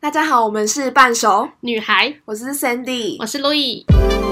大家好，我们是半熟女孩， 我是 Sandy， 我是 Louis。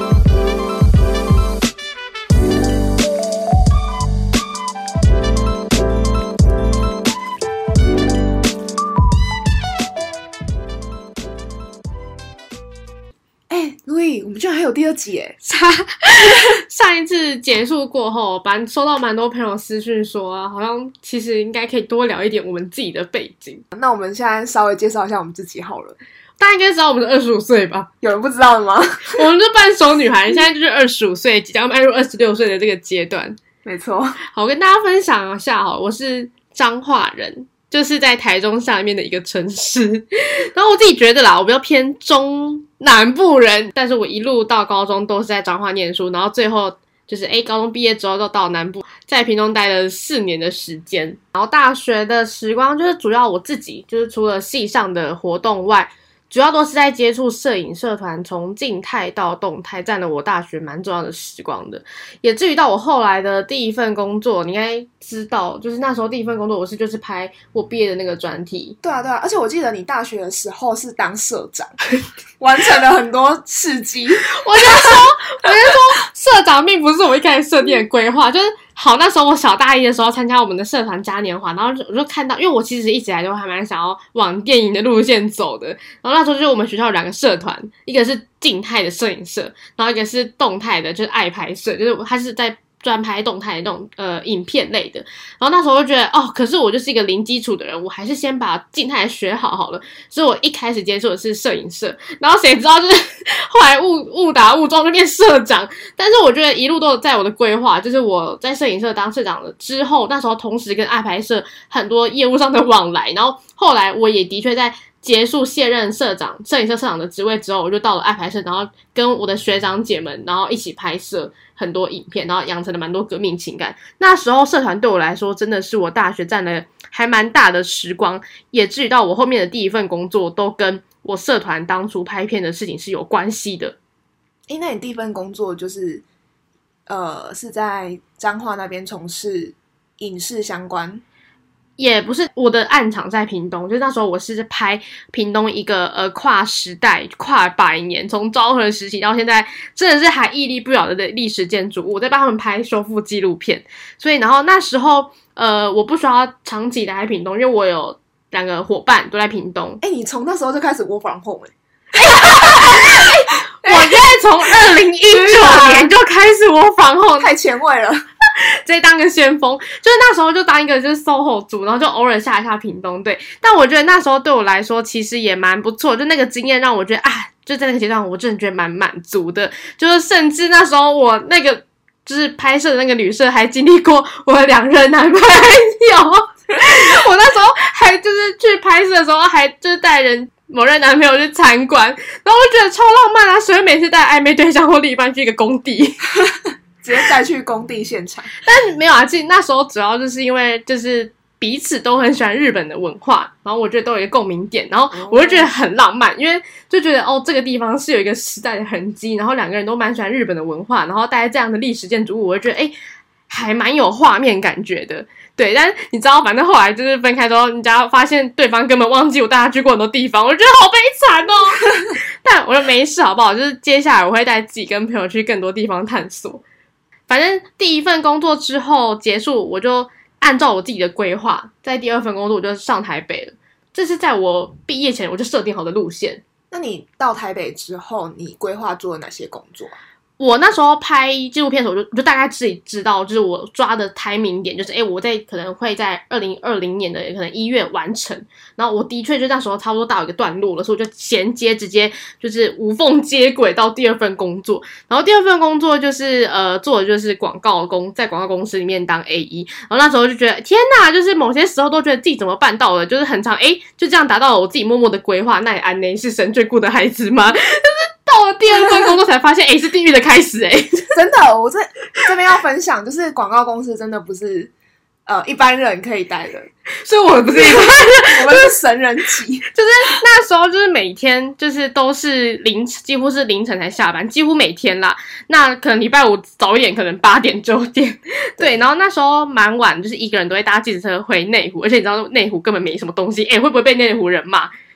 Louis， 我们居然还有第二集耶！ 上一次结束过后，收到蛮多朋友私讯说好像其实应该可以多聊一点我们自己的背景。 那我们现在稍微介绍一下我们自己好了。 大家应该知道我们是25岁吧？ 有人不知道的吗？ 我们是半熟女孩，现在就是25岁，即将迈入26岁的这个阶段。 没错。 好，我跟大家分享一下我是彰化人，就是在台中下面的一个城市。然后我自己觉得啦，我比较偏中南部人，但是我一路到高中都是在彰化念书，然后最后就是高中毕业之后就到南部，在屏东待了4年的时间。然后大学的时光就是主要我自己就是除了系上的活动外，主要都是在接触摄影社团，从静态到动态，占了我大学蛮重要的时光的。也至于到我后来的第一份工作，你应该知道，就是那时候第一份工作我就是拍我毕业的那个专题。 对啊，而且我记得你大学的时候是当社长，完成了很多事迹。 我就说社长并不是我一开始设定的规划，就是好那时候我小大一的时候参加我们的社团嘉年华，然后我就看到，因为我其实一直以来都还蛮想要往电影的路线走的，然后那时候就是我们学校有2个社团，一个是静态的摄影社，然后一个是动态的，就是爱拍摄，就是他是在专拍动态的那种影片类的。然后那时候就觉得可是我就是一个零基础的人，我还是先把静态学好了。所以我一开始接触的是摄影社，然后谁知道就是后来误打误撞就变社长。但是我觉得一路都有在我的规划，就是我在摄影社当社长了之后，那时候同时跟爱拍摄很多业务上的往来，然后后来我也的确在结束卸任摄影社社长的职位之后，我就到了爱拍摄，然后跟我的学长姐们然后一起拍摄很多影片，然后养成了蛮多革命情感。那时候社团对我来说真的是我大学占了还蛮大的时光，也至于到我后面的第一份工作都跟我社团当初拍片的事情是有关系的。 那你第一份工作就是是在彰化那边从事影视相关？ 也不是，我的暗场在屏东，就是那时候我是拍屏东一个跨时代跨100年，从昭和时期到现在真的是还屹立不了的历史建筑物，我在帮他们拍修复纪录片。所以然后那时候我不需要长期待在屏东，因为我有2个伙伴都在屏东。 你从那时候就开始work from home 我现在从2019年就开始work from home， 太前卫了。 直接当个先锋，就是那时候就当一个就是 SOHO 族，然后就偶尔下一下屏东。对，但我觉得那时候对我来说其实也蛮不错，就那个经验让我觉得就在那个阶段我真的觉得蛮满足的。就是甚至那时候我那个就是拍摄的那个旅社还经历过我的2任男朋友我那时候还就是去拍摄的时候还就是带某任男朋友去参观，然后我觉得超浪漫啊，所以每次带暧昧对象或另一半去一个工地直接带去工地现场。 但没有其实那时候主要就是因为就是彼此都很喜欢日本的文化，然后我觉得都有一个共鸣点，然后我就觉得很浪漫，因为就觉得这个地方是有一个时代的痕迹，然后2个人都蛮喜欢日本的文化，然后待在这样的历史建筑物，我就觉得还蛮有画面感觉的。对，但你知道反正后来就是分开之后，你只要发现对方根本忘记我带他去过很多地方，我就觉得好悲惨但我就没事好不好，就是接下来我会带自己跟朋友去更多地方探索。反正第一份工作之后结束，我就按照我自己的规划，在第2份工作我就上台北了。这是在我毕业前我就设定好的路线。 那你到台北之后，你规划做了哪些工作？ 我那时候拍纪录片的时候，我就大概自己知道，就是我抓的 timing 点，就是我可能会在2020年的可能1月完成。然后我的确就那时候差不多到一个段落了，所以我就衔接直接就是无缝接轨到第2份工作。然后第2份工作就是做的就是在广告公司里面当 AE。然后那时候就觉得天哪，就是某些时候都觉得自己怎么办到了，就是很常就这样达到了我自己默默的规划。那也安内是神眷顾的孩子吗？就是到了第2份工作才发现是地狱的开始真的，我这边要分享，就是广告公司真的不是一般人可以待的， 所以我不是一般人， 我们是神人级。 就是那时候就是每天就是都是几乎是凌晨才下班，几乎每天啦。那可能礼拜五早一点，可能8点9点。对，然后那时候蛮晚，就是一个人都会搭计程车回内湖，而且你知道内湖根本没什么东西，会不会被内湖人骂？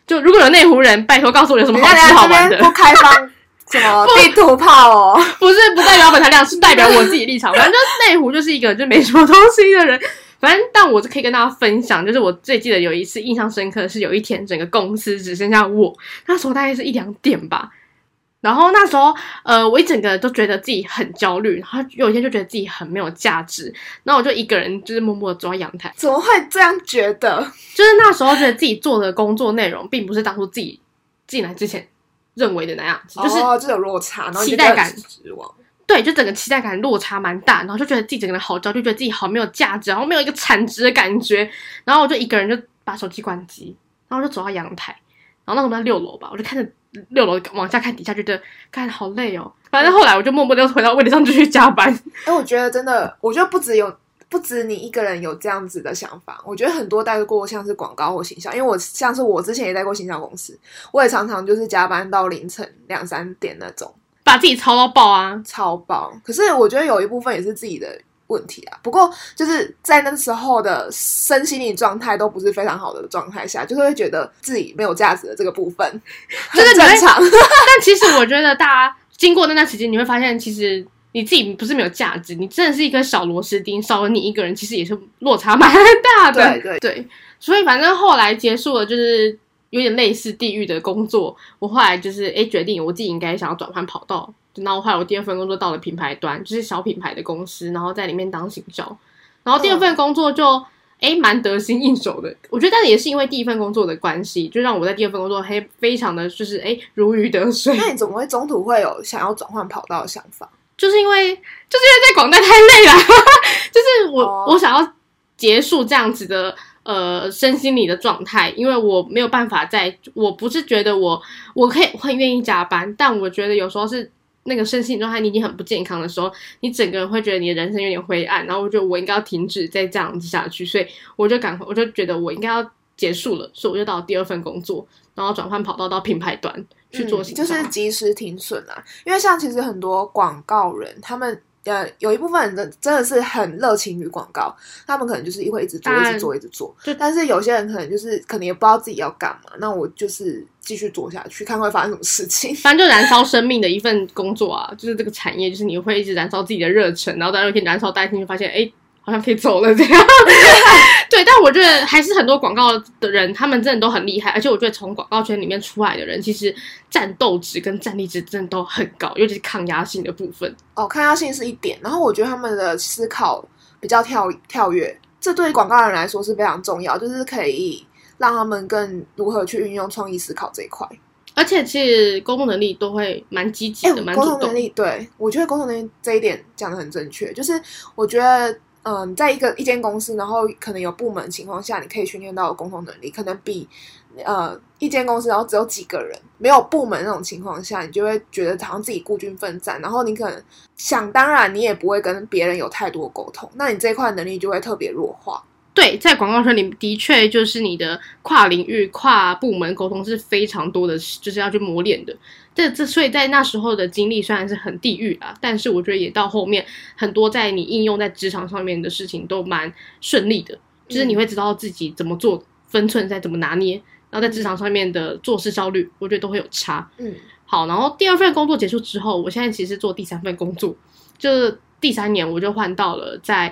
就如果有内湖人，拜托告诉我有什么好吃好玩的。 不开放什么地图炮哦， 不代表本台亮，是代表我自己立场。反正就是内湖就是一个就没什么东西的人。反正但我就可以跟大家分享，就是我最记得有一次印象深刻的是有一天整个公司只剩下我，那时候大概是1-2点吧。然后那时候我一整个都觉得自己很焦虑，然后有一天就觉得自己很没有价值，然后我就一个人就是默默的走到阳台。 怎么会这样觉得？ 就是那时候觉得自己做的工作内容并不是当初自己进来之前认为的那样子，就是就有落差，然后期待感失望。 对，就整个期待感落差蛮大，然后就觉得自己整个人好焦虑，觉得自己好没有价值，然后没有一个产值的感觉，然后我就一个人就把手机关机，然后就走到阳台，然后那时候在6楼吧，我就看着6楼往下看底下，觉得看好累哦。反正后来我就默默的回到位置上继续加班。 我觉得真的，我觉得不止你一个人有这样子的想法，我觉得很多带过像是广告或行销，因为像是我之前也带过行销公司，我也常常就是加班到凌晨2-3点那种， 把自己操到爆啊， 超爆。可是我觉得有一部分也是自己的问题啊，不过就是在那时候的身心灵状态都不是非常好的状态下，就是会觉得自己没有价值的这个部分很正常。 但其实我觉得大家经过那段时间，你会发现其实你自己不是没有价值，你真的是一个小螺丝钉，少了你一个人其实也是落差蛮大的。对，所以反正后来结束了，就是有点类似地狱的工作。我后来就是决定我自己应该想要转换跑道，然后后来我第2份工作到了品牌端，就是小品牌的公司，然后在里面当行销。然后第2份工作就蛮得心应手的，我觉得但也是因为第1份工作的关系，就让我在第2份工作非常的就是如鱼得水。 那你怎么会中途会有想要转换跑道的想法？ 就是因为在广代太累了就是我想要结束这样子的身心理的状态，因为我没有办法我不是觉得我可以很愿意加班，但我觉得有时候是那个身心状态你已经很不健康的时候，你整个人会觉得你的人生有点灰暗，然后我觉得我应该要停止再这样子下去，所以我就觉得我应该要结束了，所以我就到了第2份工作，然后转换跑道到品牌端去做行销， 就是及时停损啊。因为像其实很多广告人，他们有一部分人真的是很热情于广告，他们可能就是会一直做，但是有些人可能也不知道自己要干嘛，那我就是继续做下去，看会发生什么事情。 反正就燃烧生命的一份工作啊，就是这个产业，就是你会一直燃烧自己的热忱，然后到有一天燃烧殆尽，就发现好像可以走了这样。对，但我觉得还是很多广告的人，他们真的都很厉害，而且我觉得从广告圈里面出来的人，其实战斗值跟战力值真的都很高，尤其是抗压性的部分。 抗压性是一点，然后我觉得他们的思考比较跳跃，这对广告人来说是非常重要，就是可以让他们更如何去运用创意思考这一块。 而且其实沟通能力都会蛮积极的，蛮主动。 沟通能力，对，我觉得沟通能力这一点讲得很正确，就是我觉得在一间公司，然后可能有部门的情况下，你可以训练到的沟通能力，可能比一间公司然后只有几个人，没有部门那种情况下，你就会觉得好像自己孤军奋战，然后你可能想当然你也不会跟别人有太多沟通，那你这一块能力就会特别弱化。 对，在广告圈里的确就是你的跨领域、跨部门沟通是非常多的，就是要去磨练的。所以在那时候的经历虽然是很地狱啦，但是我觉得也到后面很多在你应用在职场上面的事情都蛮顺利的，就是你会知道自己怎么做，分寸再怎么拿捏，然后在职场上面的做事效率，我觉得都会有差。好，然后第2份工作结束之后，我现在其实做第3份工作，就是第3年我就换到了在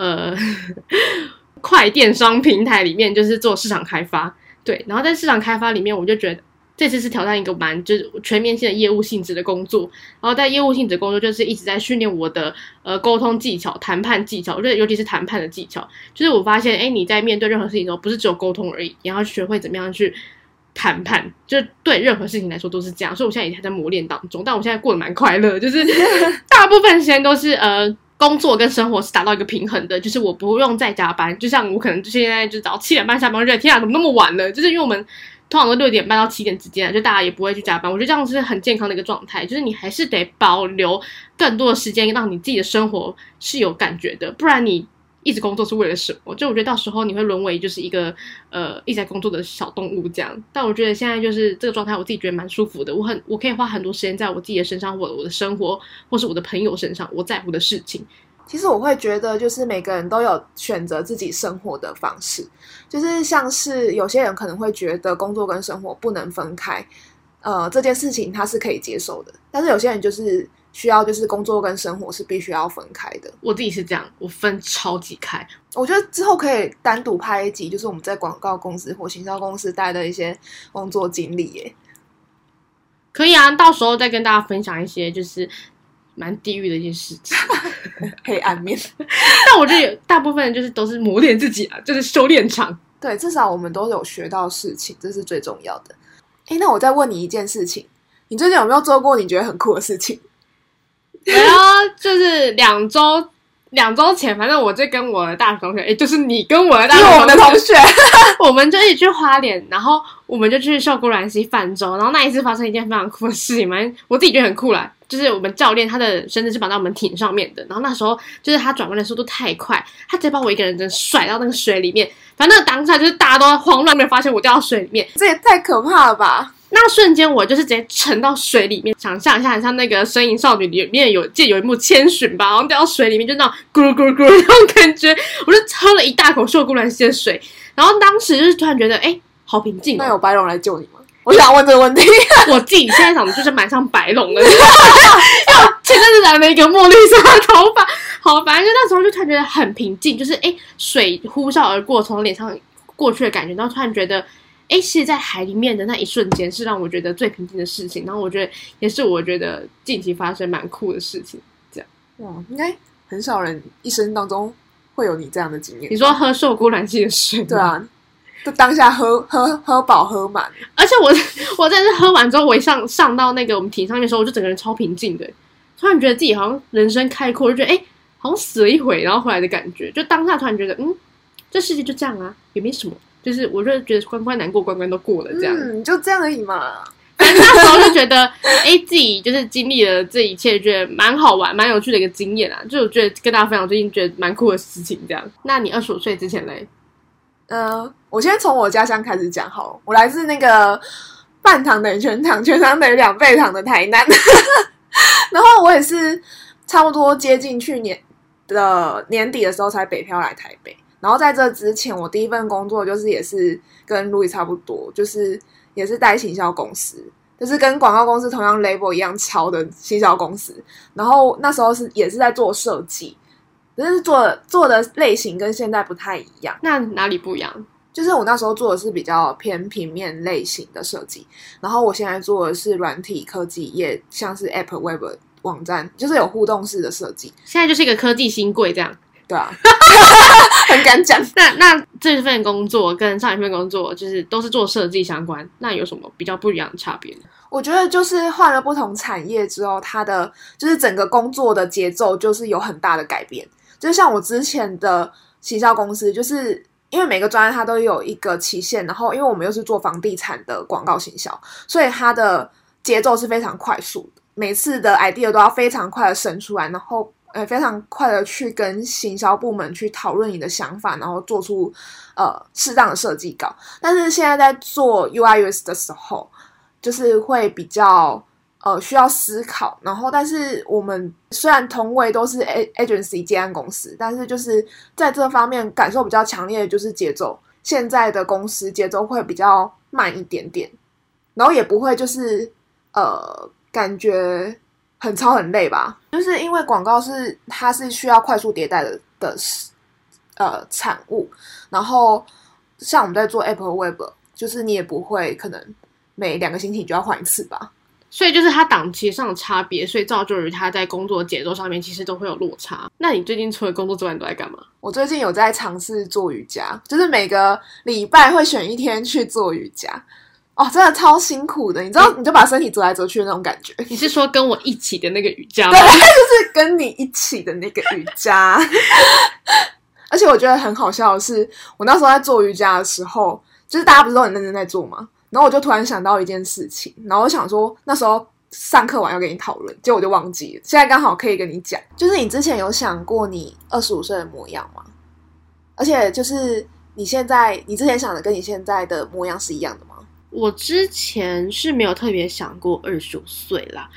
快电商平台里面，就是做市场开发。对，然后在市场开发里面，我就觉得这次是挑战一个就是全面性的业务性质的工作。然后在业务性质工作，就是一直在训练我的沟通技巧、谈判技巧。我觉得尤其是谈判的技巧，就是我发现你在面对任何事情的时候，不是只有沟通而已，你要学会怎么样去谈判，就是对任何事情来说都是这样。所以我现在也还在磨练当中，但我现在过得蛮快乐，就是大部分时间都是工作跟生活是达到一个平衡的，就是我不用再加班，就像我可能现在就早7点半下班，我觉得天啊怎么那么晚了，就是因为我们通常都6点半到7点之间，就大家也不会去加班，我觉得这样是很健康的一个状态，就是你还是得保留更多的时间让你自己的生活是有感觉的，不然你一直工作是为了什么？就我觉得到时候你会沦为就是一个一直在工作的小动物这样。但我觉得现在就是这个状态，我自己觉得蛮舒服的。我可以花很多时间在我自己的身上，或者我的生活，或是我的朋友身上，我在乎的事情。 其实我会觉得，就是每个人都有选择自己生活的方式，就是像是有些人可能会觉得工作跟生活不能分开，这件事情他是可以接受的，但是有些人就是需要，就是工作跟生活是必须要分开的。 我自己是这样，我分超级开。 我觉得之后可以单独拍一集，就是我们在广告公司或行销公司待的一些工作经历耶。 可以啊，到时候再跟大家分享一些就是蛮地狱的一些事情， 黑暗面。 但我觉得大部分就是都是磨练自己啊，就是修炼场。 对，至少我们都有学到事情，这是最重要的。那我再问你一件事情，你最近有没有做过你觉得很酷的事情？ 然后就是两周前，反正我就跟我的大学同学，就是你跟我的大学我们的同学， 我们就一起去花莲，然后我们就去秀姑峦溪泛舟，然后那一次发生一件非常酷的事情，我自己觉得很酷啦。就是我们教练他的绳子是绑在我们艇上面的，然后那时候就是他转弯的速度太快，他直接把我一个人真的甩到那个水里面。反正那个当下就是大家都慌乱，没有发现我掉到水里面， 这也太可怕了吧！ 那瞬间我就是直接沉到水里面，想象一下，很像那个《身影少女》里面有一幕千寻吧，然后掉到水里面，就那种咕噜咕噜咕噜那种感觉，我就喝了一大口秀姑峦溪的水，然后当时就是突然觉得，好平静那有白龙来救你吗？我想问这个问题。 我自己现在长得就是蛮像白龙的，因为我前阵子染了一个墨绿色的头发。好，反正就那时候就突然觉得很平静，就是水呼啸而过，从脸上过去的感觉，然后突然觉得。是在海里面的那一瞬间是让我觉得最平静的事情，然后我觉得也是我觉得近期发生蛮酷的事情。这样哇，应该很少人一生当中会有你这样的经验。 你说喝秀姑峦溪的水？ 对啊，就当下喝饱喝满。 而且我真的是喝完之后，我一上到那个我们艇上面的时候，我就整个人超平静的，突然觉得自己好像人生开阔，就觉得好像死了一回，然后回来的感觉，就当下突然觉得这世界就这样啊，也没什么。就是我就觉得关关难过关关都过了这样， 就这样而已嘛。 反正那时候就觉得自己就是经历了这一切，觉得蛮好玩蛮有趣的一个经验啊，就我觉得跟大家分享最近觉得蛮酷的事情这样。那你25岁之前嘞？ 我先从我家乡开始讲好了。我来自那个半糖等于全糖，全糖等于2倍糖的台南。然后我也是差不多接近去年的年底的时候才北漂来台北。然后在这之前，我第一份工作就是也是跟路易差不多，就是也是带行销公司，就是跟广告公司同样 label 一样敲的行销公司。然后那时候也是在做设计，但是做的类型跟现在不太一样。 那哪里不一样？ 就是我那时候做的是比较偏平面类型的设计，然后我现在做的是软体科技业，像是 App Web 网站，就是有互动式的设计。 现在就是一个科技新贵这样。 对啊。很敢讲。 那这份工作跟上一份工作就是都是做设计相关，那有什么比较不一样的差别呢？ 我觉得就是换了不同产业之后，它的就是整个工作的节奏就是有很大的改变。就是像我之前的行销公司，就是因为每个专案它都有一个期限，然后因为我们又是做房地产的广告行销，所以它的节奏是非常快速的，每次的 idea 都要非常快的生出来，然后非常快的去跟行销部门去讨论你的想法，然后做出适当的设计稿。但是现在在做 UI/UX 的时候，就是会比较需要思考，然后但是我们虽然同为都是 agency 接案公司，但是就是在这方面感受比较强烈的就是节奏，现在的公司节奏会比较慢一点点，然后也不会就是感觉很超很累吧，就是因为广告它是需要快速迭代的产物，然后像我们在做 App Web， 就是你也不会可能每2个星期就要换一次吧， 所以就是它档期上的差别，所以造就于它在工作节奏上面其实都会有落差。那你最近除了工作之外，你都在干嘛？ 我最近有在尝试做瑜伽，就是每个礼拜会选一天去做瑜伽。真的超辛苦的，你知道，你就把身体折来折去的那种感觉。 你是说跟我一起的那个瑜伽吗？ 对，就是跟你一起的那个瑜伽。而且我觉得很好笑的是，我那时候在做瑜伽的时候，就是大家不是都很认真在做吗？然后我就突然想到一件事情，然后我想说那时候上课完要跟你讨论，结果我就忘记了。现在刚好可以跟你讲，就是你之前有想过你25岁的模样吗？而且就是你之前想的跟你现在的模样是一样的吗？ 我之前是没有特别想过25岁啦，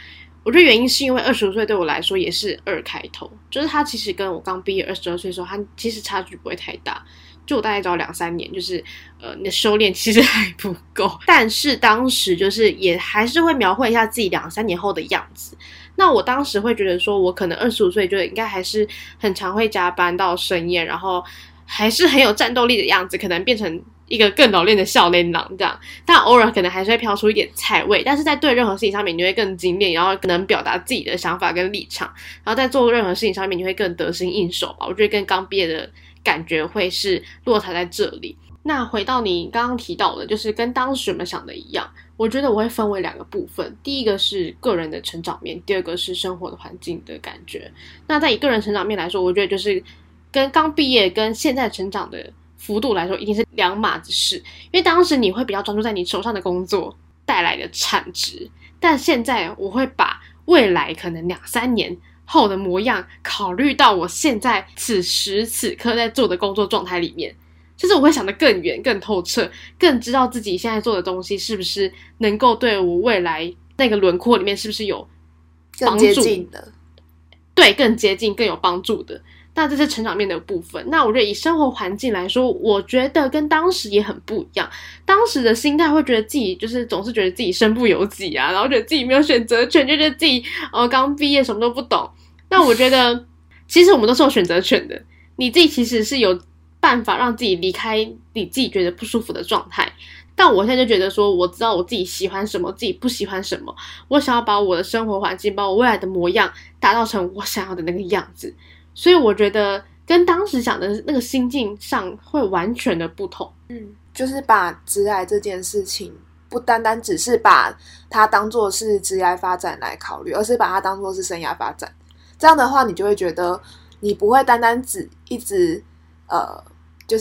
我觉得原因是因为25岁对我来说也是2开头，就是他其实跟我刚毕业22岁的时候，他其实差距不会太大，就我大概只要2-3年，就是你的修炼其实还不够，但是当时就是也还是会描绘一下自己2-3年后的样子。那我当时会觉得说，我可能25岁就应该还是很常会加班到深夜，然后还是很有战斗力的样子，可能变成一个更老练的少年郎这样，但偶尔可能还是会飘出一点菜味，但是在对任何事情上面你会更精炼，然后可能表达自己的想法跟立场，然后在做任何事情上面你会更得心应手吧。我觉得跟刚毕业的感觉会是落差在这里。那回到你刚刚提到的，就是跟当时我们想的一样，我觉得我会分为2个部分，第一个是个人的成长面，第二个是生活的环境的感觉。那在以个人成长面来说，我觉得就是跟刚毕业跟现在成长的幅度来说一定是两码子事，因为当时你会比较专注在你手上的工作带来的产值，但现在我会把未来可能2-3年后的模样考虑到我现在此时此刻在做的工作状态里面，就是我会想得更远更透彻，更知道自己现在做的东西是不是能够对我未来那个轮廓里面是不是有帮助， 更接近的， 对，更接近更有帮助的。那这是成长面的部分。那我觉得以生活环境来说，我觉得跟当时也很不一样。当时的心态会觉得自己就是总是觉得自己身不由己啊，然后觉得自己没有选择权，就觉得自己刚毕业什么都不懂。那我觉得其实我们都是有选择权的，你自己其实是有办法让自己离开你自己觉得不舒服的状态。但我现在就觉得说，我知道我自己喜欢什么，自己不喜欢什么，我想要把我的生活环境，把我未来的模样打造成我想要的那个样子。所以我觉得跟当时想的那个心境上会完全的不同。 就是把职涯这件事情不单单只是把它当作是职涯发展来考虑，而是把它当作是生涯发展。这样的话，你就会觉得你不会单单只一直就是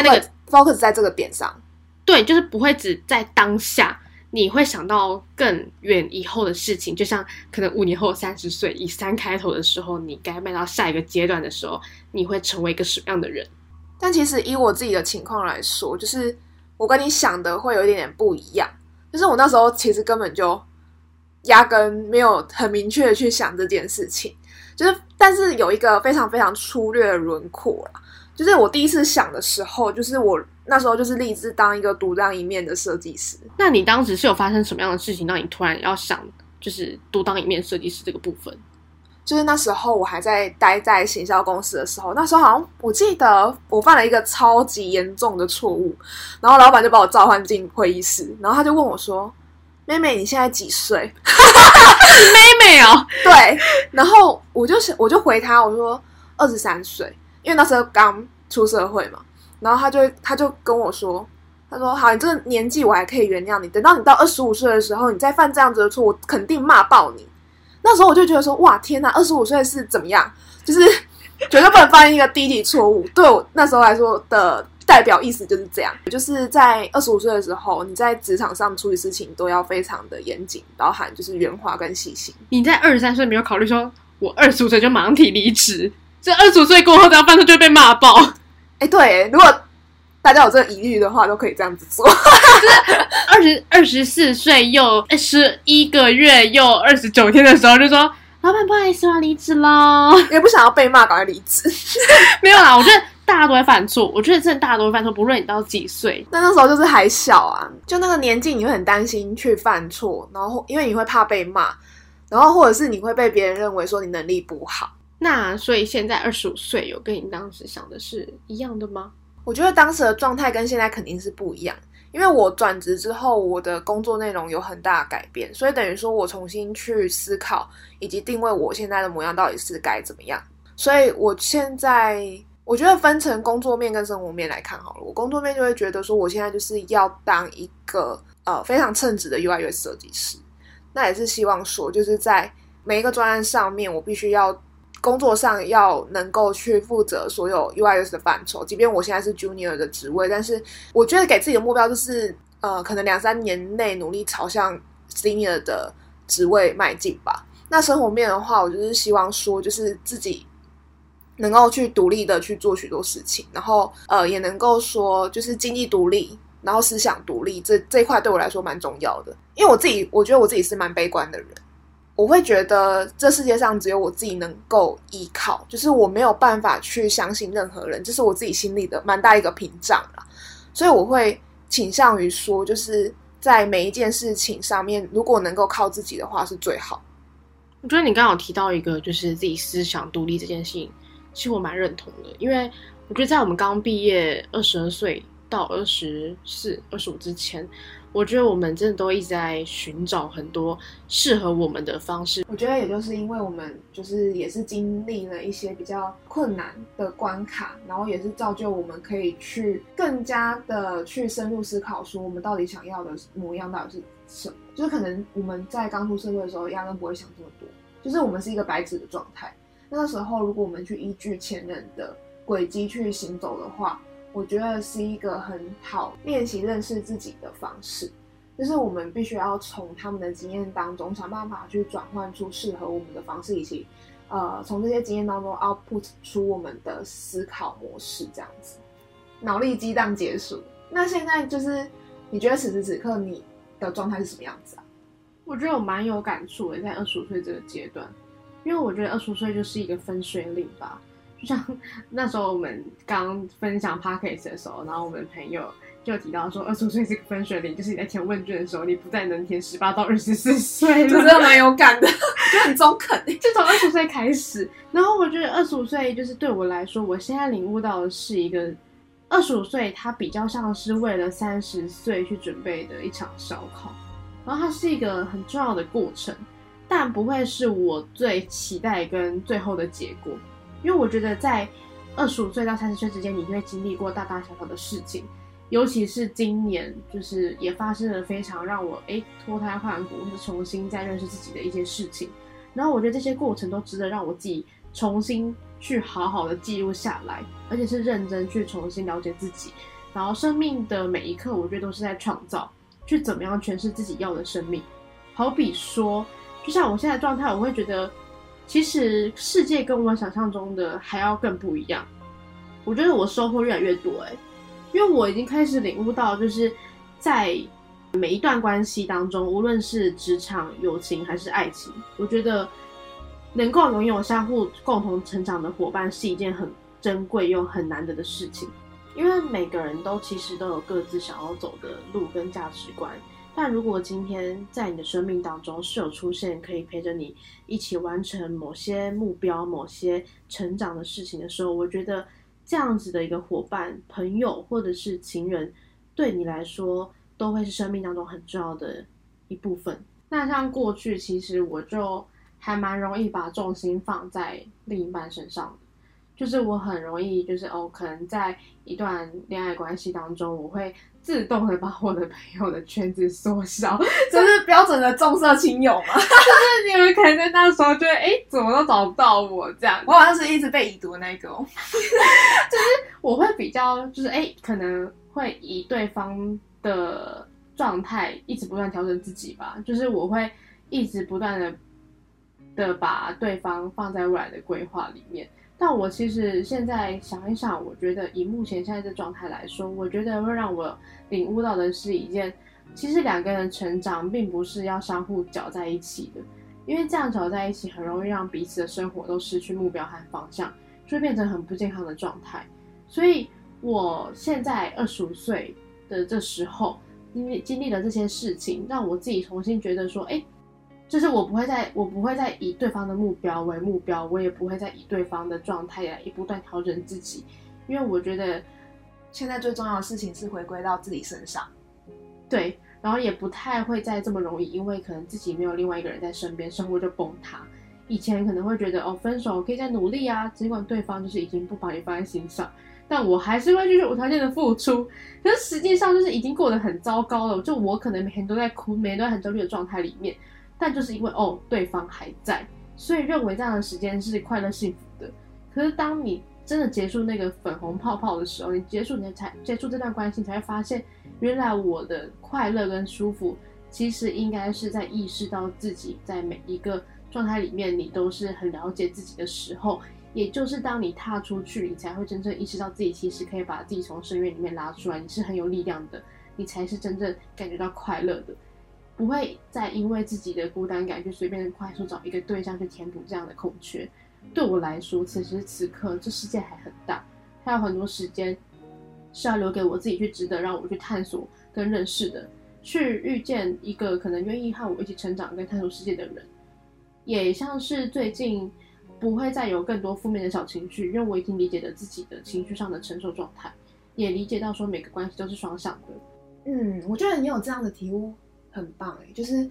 focus 在这个点上。 对，就是不会只在当下，你会想到更远以后的事情，就像可能5年后30岁以3开头的时候，你该迈到下一个阶段的时候，你会成为一个什么样的人。 但其实以我自己的情况来说，就是我跟你想的会有一点点不一样，就是我那时候其实根本就压根没有很明确的去想这件事情，就是但是有一个非常非常粗略的轮廓啦。就是我第一次想的时候，就是我那时候就是立志当一个独当一面的设计师。 那你当时是有发生什么样的事情让你突然要想就是独当一面设计师这个部分？ 就是那时候我还在待在行销公司的时候，那时候好像我记得我犯了一个超级严重的错误，然后老板就把我召唤进会议室，然后他就问我说：“妹妹，你现在几岁？” 妹妹哦， 对，然后我就回他，我说23岁。因为那时候刚出社会嘛，然后他就跟我说，他说好，你这个年纪我还可以原谅你，等到你到25岁的时候，你再犯这样子的错，我肯定骂爆你。那时候我就觉得说，哇，天哪，25岁是怎么样？就是绝对不能犯一个低级错误。对我那时候来说的代表意思就是这样，就是在25岁的时候，你在职场上处理事情都要非常的严谨，包含就是圆滑跟细心。 你在23岁没有考虑说，我25岁就马上提离职？这25岁过后只要犯错就会被骂爆。 对，如果大家有这个疑虑的话，都可以这样子做。 就是24岁又11个月又29天的时候，就说老板不好意思，我要离职咯。 也不想要被骂，赶快离职。 没有啦，我觉得大家都会犯错，我觉得真的大家都会犯错，不论你到几岁。 但那时候就是还小啊，就那个年纪，你会很担心去犯错，然后因为你会怕被骂，然后或者是你会被别人认为说你能力不好。 那所以现在25岁有跟你当时想的是一样的吗？ 我觉得当时的状态跟现在肯定是不一样，因为我转职之后，我的工作内容有很大的改变，所以等于说我重新去思考以及定位我现在的模样到底是该怎么样。所以我现在我觉得分成工作面跟生活面来看好了。我工作面就会觉得说，我现在就是要当一个非常称职的 UI/UX 设计师，那也是希望说，就是在每一个专案上面，我必须要工作上要能够去负责所有 UI/UX 的范畴，即便我现在是 Junior 的职位，但是我觉得给自己的目标就是可能2-3年内努力朝向 Senior 的职位迈进吧。那生活面的话，我就是希望说，就是自己能够去独立的去做许多事情，然后也能够说就是经济独立，然后思想独立，这一块对我来说蛮重要的。因为我觉得我自己是蛮悲观的人， 我会觉得这世界上只有我自己能够依靠，就是我没有办法去相信任何人，这是我自己心里的蛮大一个屏障啦。所以我会倾向于说，就是在每一件事情上面，如果能够靠自己的话是最好。 我觉得你刚好提到一个就是自己思想独立这件事情，其实我蛮认同的，因为我觉得在我们刚毕业22岁到24、25之前，我觉得我们真的都一直在寻找很多适合我们的方式。 我觉得也就是因为我们就是也是经历了一些比较困难的关卡，然后也是造就我们可以去更加的去深入思考，说我们到底想要的模样到底是什么。就是可能我们在刚出社会的时候，压根不会想这么多，就是我们是一个白纸的状态。那个时候，如果我们去依据前人的轨迹去行走的话，我觉得是一个很好练习认识自己的方式。就是我们必须要从他们的经验当中想办法去转换出适合我们的方式，以及从这些经验当中 output 出我们的思考模式，这样子。脑力激荡结束。那现在就是你觉得此时此刻你的状态是什么样子啊？ 我觉得我蛮有感触的，在25岁这个阶段，因为我觉得25岁就是一个分水岭吧。就像那时候我们刚分享 podcast 的时候，然后我们朋友就提到说25岁是个分水岭，就是你在填问卷的时候，你不再能填18到24岁了， 就真的蛮有感的，就很中肯。 就从25岁开始，然后我觉得25岁就是对我来说，我现在领悟到的是一个25岁，它比较像是为了30岁去准备的一场烧烤，然后它是一个很重要的过程，但不会是我最期待跟最后的结果。因为我觉得在25岁到30岁之间，你会经历过大大小小的事情，尤其是今年，就是也发生了非常让我脱胎换骨，或是重新再认识自己的一些事情。然后我觉得这些过程都值得让我自己重新去好好的记录下来，而且是认真去重新了解自己。然后生命的每一刻，我觉得都是在创造，去怎么样诠释自己要的生命。好比说，就像我现在的状态，我会觉得其实世界跟我想象中的还要更不一样。我觉得我收获越来越多因为我已经开始领悟到，就是在每一段关系当中，无论是职场、友情还是爱情，我觉得能够拥有相互共同成长的伙伴是一件很珍贵又很难得的事情。因为每个人其实都有各自想要走的路跟价值观，但如果今天在你的生命当中是有出现可以陪着你一起完成某些目标、某些成长的事情的时候，我觉得这样子的一个伙伴、朋友或者是情人，对你来说都会是生命当中很重要的一部分。那像过去，其实我就还蛮容易把重心放在另一半身上的，就是我很容易就是可能在一段恋爱关系当中，我会自动的把我的朋友的圈子缩小， 这是标准的重色轻友嘛？ 就是你们可能在那时候就会怎么都找不到我这样。 我好像是一直被已读的那一个就是我会比较就是可能会以对方的状态一直不断调整自己吧，就是我会一直不断的把对方放在未来的规划里面。但我其实现在想一想，我觉得以目前现在这状态来说，我觉得会让我领悟到的是一件，其实两个人成长并不是要相互搅在一起的，因为这样搅在一起很容易让彼此的生活都失去目标和方向，就会变成很不健康的状态。所以我现在25岁的这时候经历了这些事情，让我自己重新觉得说就是我不会再以对方的目标为目标，我也不会再以对方的状态来不断调整自己，因为我觉得现在最重要的事情是回归到自己身上。 对，然后也不太会再这么容易因为可能自己没有另外一个人在身边，生活就崩塌。以前可能会觉得分手可以再努力啊，尽管对方就是已经不把你放在心上，但我还是会继续无条件的付出。可是实际上就是已经过得很糟糕了，就我可能每天都在哭，每天都在很焦虑的状态里面，但就是因为对方还在，所以认为这样的时间是快乐幸福的。可是当你真的结束那个粉红泡泡的时候，你结束这段关系，你才会发现原来我的快乐跟舒服其实应该是在意识到自己在每一个状态里面你都是很了解自己的时候，也就是当你踏出去，你才会真正意识到自己其实可以把自己从深渊里面拉出来，你是很有力量的，你才是真正感觉到快乐的。 不会再因为自己的孤单感去随便快速找一个对象去填补这样的空缺。对我来说，此时此刻这世界还很大，还有很多时间是要留给我自己去值得让我去探索跟认识的，去遇见一个可能愿意和我一起成长跟探索世界的人。也像是最近不会再有更多负面的小情绪，因为我已经理解了自己的情绪上的承受状态，也理解到说每个关系都是双向的。 我觉得你有这样的体悟很棒就是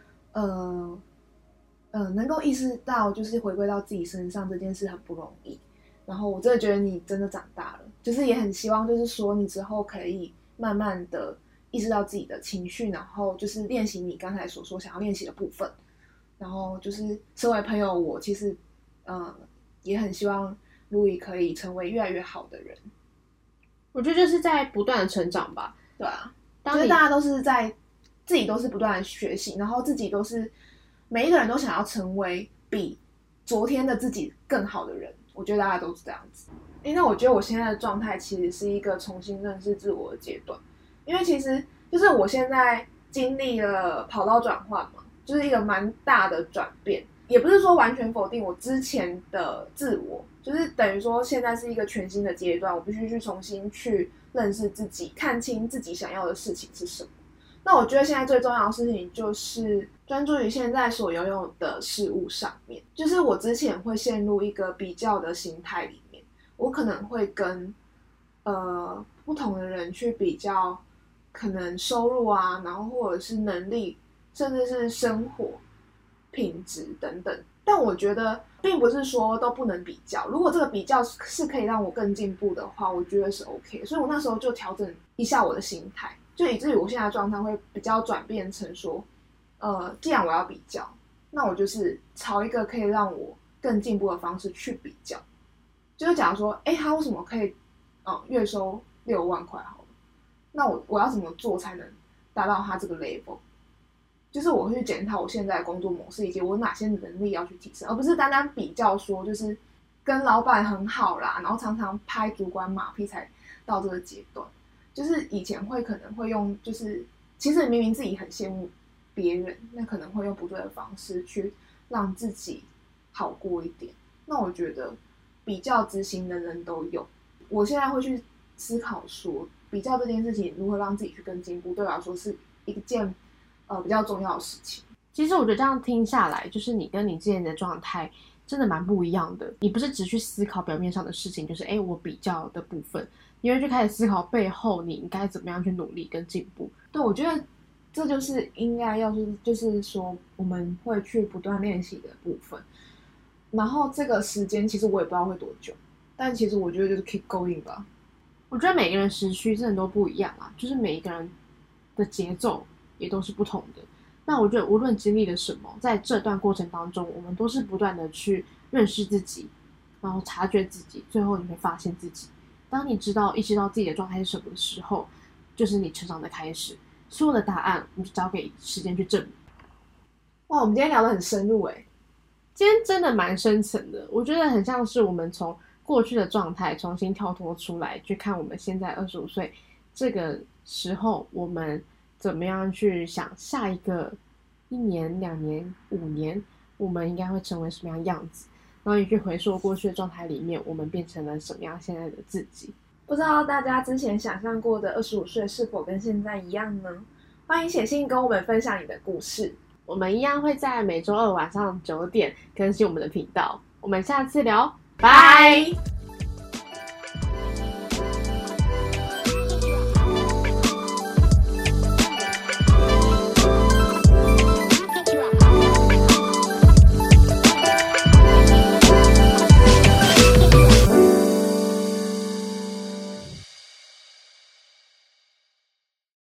能够意识到就是回归到自己身上这件事很不容易，然后我真的觉得你真的长大了，就是也很希望就是说你之后可以慢慢的意识到自己的情绪，然后就是练习你刚才所说想要练习的部分，然后就是身为朋友我其实也很希望Louis可以成为越来越好的人。 我觉得就是在不断的成长吧。 对啊，就是大家都是在自己都是不断的学习，然后自己都是每一个人都想要成为比昨天的自己更好的人，我觉得大家都是这样子。那我觉得我现在的状态其实是一个重新认识自我的阶段，因为其实就是我现在经历了跑道转换嘛，就是一个蛮大的转变，也不是说完全否定我之前的自我，就是等于说现在是一个全新的阶段，我必须去重新去认识自己，看清自己想要的事情是什么。那我觉得现在最重要的事情就是专注于现在所拥有的事物上面。就是我之前会陷入一个比较的心态里面，我可能会跟不同的人去比较，可能收入啊，然后或者是能力，甚至是生活品质等等。但我觉得并不是说都不能比较，如果这个比较是可以让我更进步的话，我觉得是 OK。所以我那时候就调整一下我的心态，就以至于我现在的状态会比较转变成说，既然我要比较，那我就是朝一个可以让我更进步的方式去比较。就是假如说，他为什么可以，月收6万块好了，那我要怎么做才能达到他这个 level？就是我会去检讨我现在的工作模式，以及我哪些能力要去提升，而不是单单比较说就是跟老板很好啦，然后常常拍主管马屁才到这个阶段。就是以前可能会用，就是其实明明自己很羡慕别人，那可能会用不对的方式去让自己好过一点。那我觉得比较执行人人都有，我现在会去思考说，比较这件事情如何让自己去更进步，对我来说是一件比较重要的事情。 其实我觉得这样听下来，就是你跟你之前的状态真的蛮不一样的。你不是只去思考表面上的事情，就是我比较的部分，你会去开始思考背后你应该怎么样去努力跟进步。 对，我觉得这就是应该要是就是说我们会去不断练习的部分。然后这个时间其实我也不知道会多久，但其实我觉得就是 keep going 吧。 我觉得每个人时区真的都不一样啊，就是每一个人的节奏也都是不同的。那我觉得无论经历了什么，在这段过程当中，我们都是不断的去认识自己，然后察觉自己，最后你会发现自己。当你意识到自己的状态是什么的时候，就是你成长的开始。所有的答案，你就交给时间去证明。 哇，我们今天聊得很深入今天真的蛮深层的，我觉得很像是我们从过去的状态重新跳脱出来，去看我们现在25岁这个时候，我们怎么样去想下一个1年、2年、5年，我们应该会成为什么样的样子，然后也去回溯过去的状态里面，我们变成了什么样现在的自己。 不知道大家之前想象过的25岁是否跟现在一样呢？欢迎写信跟我们分享你的故事。 我们一样会在每周2晚上9点更新我们的频道。我们下次聊，拜。